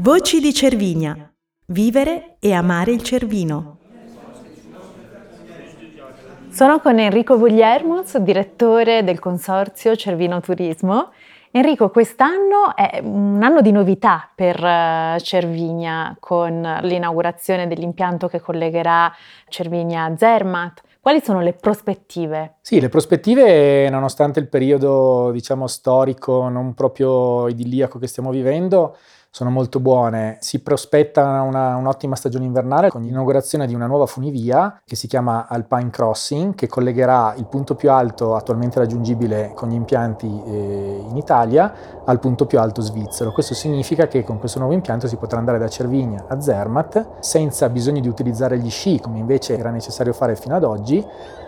Voci di Cervinia. Vivere e amare il Cervino. Sono con Enrico Guglielmus, direttore del Consorzio Cervino Turismo. Enrico, quest'anno è un anno di novità per Cervinia con l'inaugurazione dell'impianto che collegherà Cervinia a Zermatt. Quali sono le prospettive? Sì, le prospettive, nonostante il periodo, storico non proprio idilliaco che stiamo vivendo, sono molto buone. Si prospetta un'ottima stagione invernale con l'inaugurazione di una nuova funivia che si chiama Alpine Crossing, che collegherà il punto più alto attualmente raggiungibile con gli impianti in Italia al punto più alto svizzero. Questo significa che con questo nuovo impianto si potrà andare da Cervinia a Zermatt senza bisogno di utilizzare gli sci, come invece era necessario fare fino ad oggi,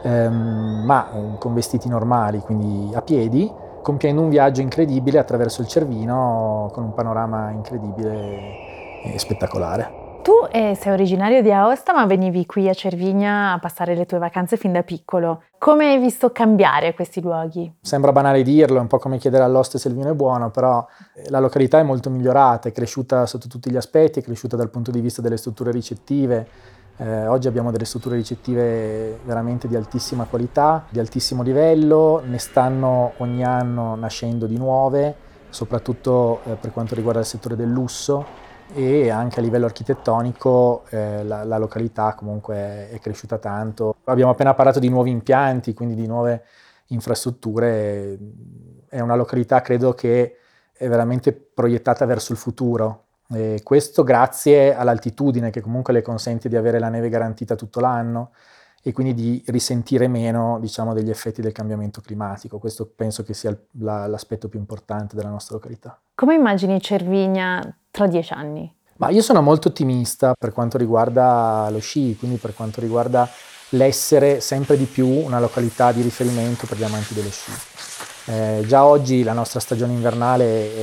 ma con vestiti normali, quindi a piedi, compiendo un viaggio incredibile attraverso il Cervino con un panorama incredibile e spettacolare. Tu sei originario di Aosta, ma venivi qui a Cervinia a passare le tue vacanze fin da piccolo. Come hai visto cambiare questi luoghi? Sembra banale dirlo, è un po' come chiedere all'oste se il vino è buono, però la località è molto migliorata, è cresciuta sotto tutti gli aspetti, è cresciuta dal punto di vista delle strutture ricettive. Oggi abbiamo delle strutture ricettive veramente di altissima qualità, di altissimo livello, ne stanno ogni anno nascendo di nuove, soprattutto per quanto riguarda il settore del lusso, e anche a livello architettonico la località comunque è cresciuta tanto. Abbiamo appena parlato di nuovi impianti, quindi di nuove infrastrutture. È una località, credo, che è veramente proiettata verso il futuro. E questo grazie all'altitudine che comunque le consente di avere la neve garantita tutto l'anno e quindi di risentire meno, degli effetti del cambiamento climatico. Questo penso che sia l'aspetto più importante della nostra località. Come immagini Cervinia tra 10 anni? Ma io sono molto ottimista per quanto riguarda lo sci, quindi per quanto riguarda l'essere sempre di più una località di riferimento per gli amanti dello sci. Già oggi la nostra stagione invernale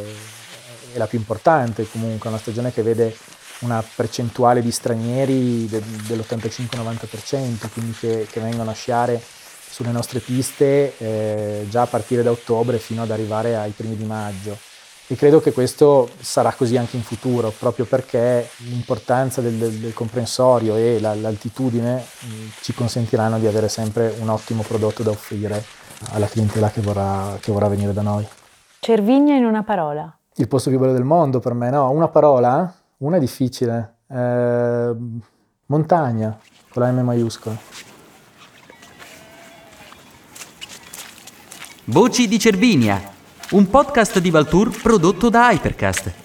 è la più importante, comunque una stagione che vede una percentuale di stranieri dell'85-90%, quindi che vengono a sciare sulle nostre piste già a partire da ottobre fino ad arrivare ai primi di maggio. E credo che questo sarà così anche in futuro, proprio perché l'importanza del comprensorio e l'altitudine ci consentiranno di avere sempre un ottimo prodotto da offrire alla clientela che vorrà venire da noi. Cervinia in una parola. Il posto più bello del mondo per me, no? Una parola? Una è difficile. Montagna, con la M maiuscola. Voci di Cervinia, un podcast di Valtour prodotto da Hypercast.